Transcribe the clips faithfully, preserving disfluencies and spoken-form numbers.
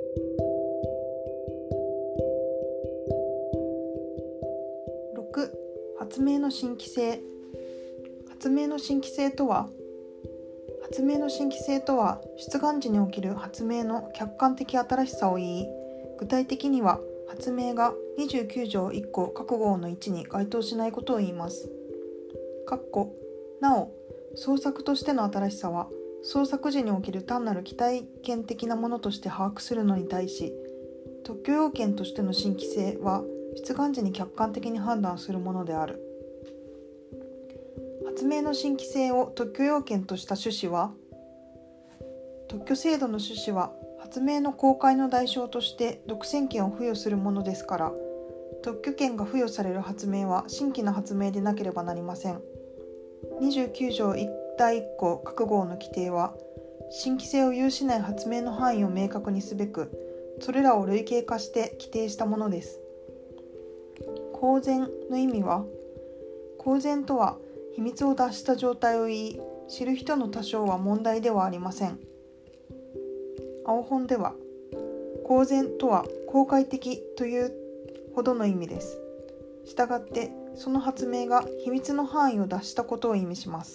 ろく. 発明の新規性。発明の新規性とは発明の新規性とは出願時に起きる発明の客観的新しさを言い、具体的には発明がにじゅうきゅう条いっ項各号のいちに該当しないことを言います。かっこなお、創作としての新しさは創作時に起きる単なる期待験的なものとして把握するのに対し、特許要件としての新規性は出願時に客観的に判断するものである。発明の新規性を特許要件とした趣旨は、特許制度の趣旨は発明の公開の代償として独占権を付与するものですから、特許権が付与される発明は新規の発明でなければなりません。にじゅうきゅう条いちだいいっ項各号の規定は、新規性を有しない発明の範囲を明確にすべく、それらを類型化して規定したものです。公然の意味は、公然とは秘密を脱した状態を言い、知る人の多少は問題ではありません。青本では、公然とは公開的というほどの意味です。したがって、その発明が秘密の範囲を脱したことを意味します。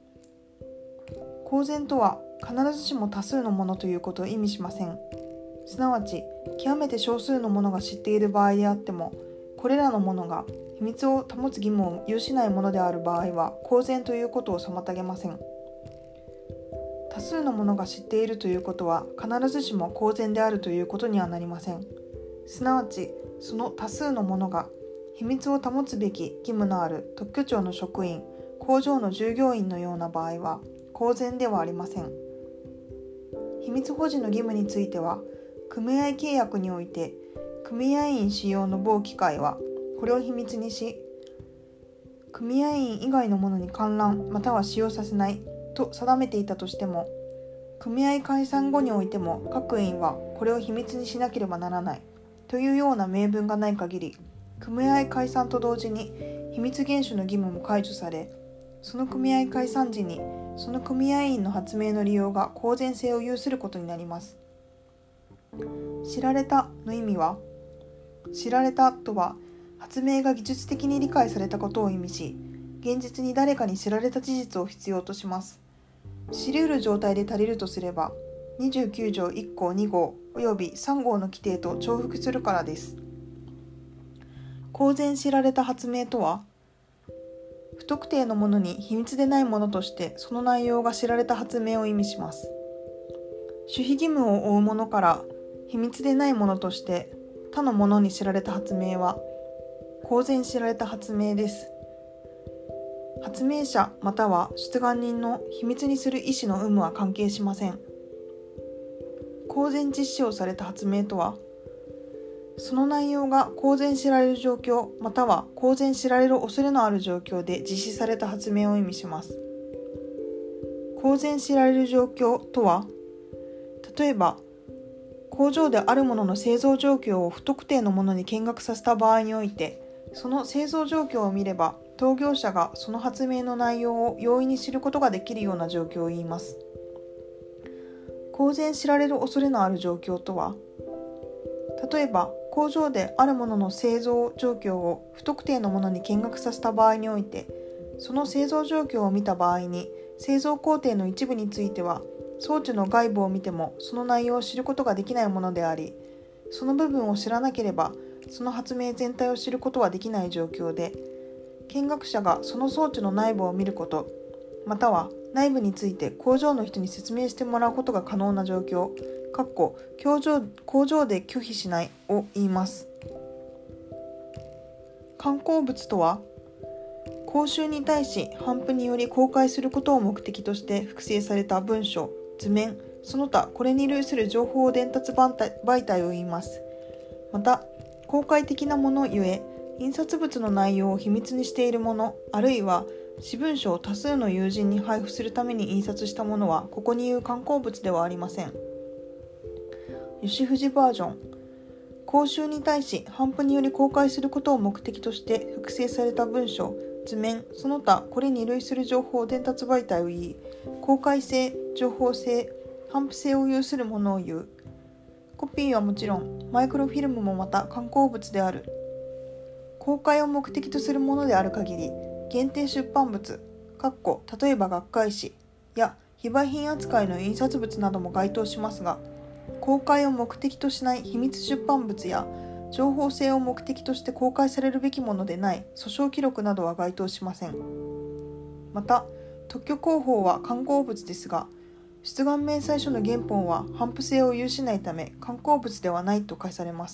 公然とは必ずしも多数のものということを意味しません。すなわち、極めて少数の者が知っている場合であっても、これらのものが秘密を保つ義務を有しないものである場合は、公然ということを妨げません。多数の者が知っているということは、必ずしも公然であるということにはなりません。すなわち、その多数の者が秘密を保つべき義務のある特許庁の職員、工場の従業員のような場合は、公然ではありません。秘密保持の義務については、組合契約において、組合員使用の某機械はこれを秘密にし、組合員以外の者に観覧または使用させないと定めていたとしても、組合解散後においても各員はこれを秘密にしなければならないというような明文がない限り、組合解散と同時に秘密厳守の義務も解除され、その組合解散時にその組合員の発明の利用が公然性を有することになります。知られたの意味は、知られたとは発明が技術的に理解されたことを意味し、現実に誰かに知られた事実を必要とします。知り得る状態で足りるとすれば、にじゅうきゅう条いっ項に号およびさん号の規定と重複するからです。公然知られた発明とは、不特定のものに秘密でないものとしてその内容が知られた発明を意味します。守秘義務を負うものから秘密でないものとして他のものに知られた発明は公然知られた発明です。発明者または出願人の秘密にする意思の有無は関係しません。公然実施をされた発明とは、その内容が公然知られる状況または公然知られる恐れのある状況で実施された発明を意味します。公然知られる状況とは、例えば工場であるものの製造状況を不特定のものに見学させた場合において、その製造状況を見れば当業者がその発明の内容を容易に知ることができるような状況を言います。公然知られる恐れのある状況とは、例えば工場であるものの製造状況を不特定のものに見学させた場合において、その製造状況を見た場合に製造工程の一部については装置の外部を見てもその内容を知ることができないものであり、その部分を知らなければその発明全体を知ることはできない状況で、見学者がその装置の内部を見ること、または内部について工場の人に説明してもらうことが可能な状況、かっこ工場、工場で拒否しないを言います。刊行物とは、公衆に対し頒布により公開することを目的として複製された文書、図面、その他これに類する情報伝達媒体を言います。また、公開的なものゆえ、印刷物の内容を秘密にしているもの、あるいは私文書を多数の友人に配布するために印刷したものは、ここに言う刊行物ではありません。吉藤バージョン。公衆に対し頒布により公開することを目的として複製された文書、図面、その他これに類する情報伝達媒体を言い、公開性、情報性、頒布性を有するものを言う。 コピーはもちろんマイクロフィルムもまた刊行物である。公開を目的とするものである限り、限定出版物例えば学会誌や非売品扱いの印刷物なども該当しますが、公開を目的としない秘密出版物や情報性を目的として公開されるべきものでない訴訟記録などは該当しません。また、特許広報は刊行物ですが、出願明細書の原本は頒布性を有しないため刊行物ではないと解されます。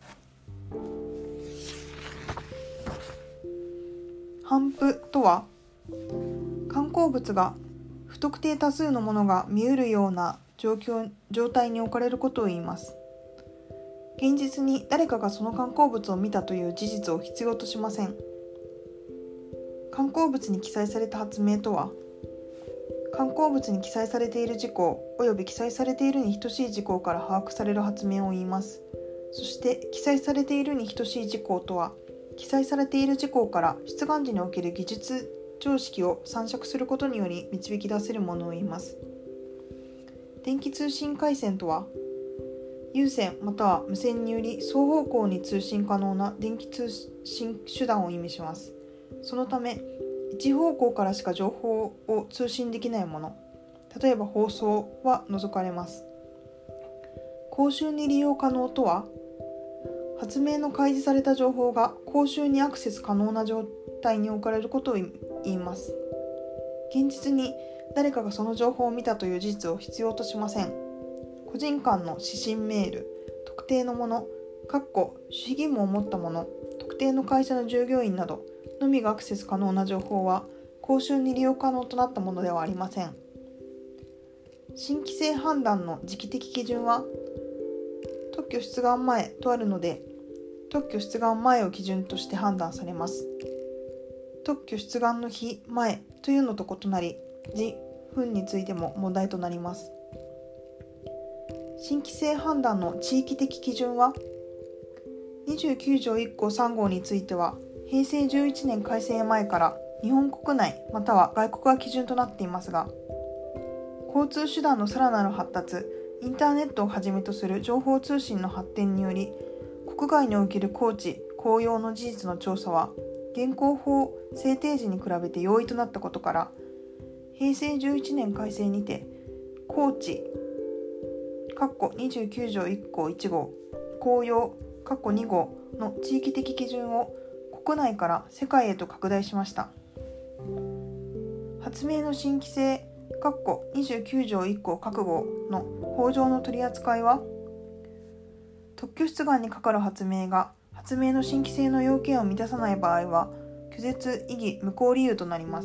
頒布とは、刊行物が不特定多数のものが見得るような状況、状態に置かれることを言います。現実に誰かがその刊行物を見たという事実を必要としません。刊行物に記載された発明とは、刊行物に記載されている事項および記載されているに等しい事項から把握される発明を言います。そして記載されているに等しい事項とは、記載されている事項から出願時における技術常識を参照することにより導き出せるものを言います。電気通信回線とは、有線または無線により双方向に通信可能な電気通信手段を意味します。そのため、一方向からしか情報を通信できないもの、例えば放送は除かれます。公衆に利用可能とは、発明の開示された情報が公衆にアクセス可能な状態に置かれることを言います。現実に誰かがその情報を見たという事実を必要としません。個人間の指針メール、特定のもの、守秘義務を持ったもの、特定の会社の従業員などのみがアクセス可能な情報は公衆に利用可能となったものではありません。新規性判断の時期的基準は、特許出願前とあるので、特許出願前を基準として判断されます。特許出願の日前というのと異なり、時、分についても問題となります。新規性判断の地域的基準は、にじゅうきゅう条いっ項さん号については、へいせいじゅういちねん改正前から日本国内または外国が基準となっていますが、交通手段のさらなる発達、インターネットをはじめとする情報通信の発展により、国外における公知・公用の事実の調査は、現行法制定時に比べて容易となったことから、へいせいじゅういちねん改正にて、公知にじゅうきゅう条いっ項いち号、公用に号の地域的基準を国内から世界へと拡大しました。発明の新規性にじゅうきゅう条いっ項各号の法上の取り扱いは、特許出願にかかる発明が発明の新規性の要件を満たさない場合は、拒絶、異議、無効理由となります。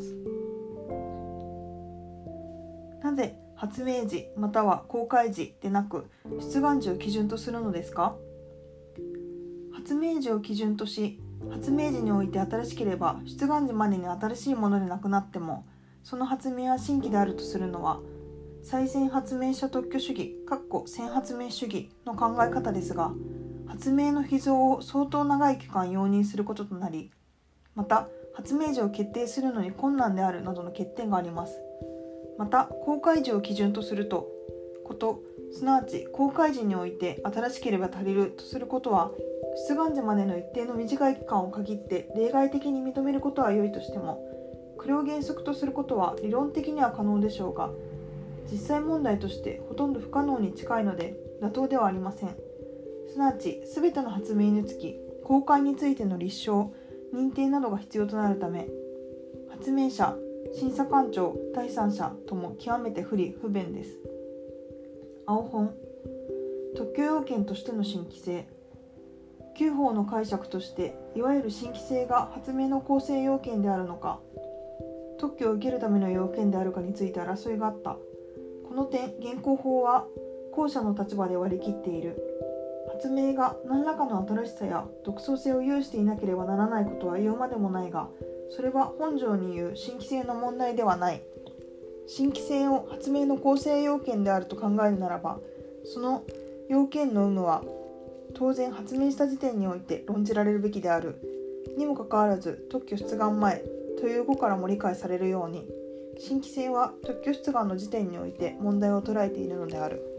なぜ発明時または公開時でなく出願時を基準とするのですか？発明時を基準とし、発明時において新しければ出願時までに新しいものでなくなっても、その発明は新規であるとするのは、再選発明者特許主義先発明主義の考え方ですが、発明の秘蔵を相当長い期間容認することとなり、また発明時を決定するのに困難であるなどの欠点があります。また、公開時を基準とするとこと、すなわち公開時において新しければ足りるとすることは、出願時までの一定の短い期間を限って例外的に認めることは良いとしても、これを原則とすることは理論的には可能でしょうが、実際問題としてほとんど不可能に近いので妥当ではありません。すなわち全ての発明につき公開についての立証、認定などが必要となるため、発明者、審査官庁、第三者とも極めて不利不便です。青本、特許要件としての新規性。きゅう法の解釈として、いわゆる新規性が発明の構成要件であるのか、特許を受けるための要件であるかについて争いがあった。この点、現行法は後者の立場で割り切っている。発明が何らかの新しさや独創性を有していなければならないことは言うまでもないが、それは本条に言う新規性の問題ではない。新規性を発明の構成要件であると考えるならば、その要件の有無は当然発明した時点において論じられるべきである。にもかかわらず、特許出願前という語からも理解されるように、新規性は特許出願の時点において問題を捉えているのである。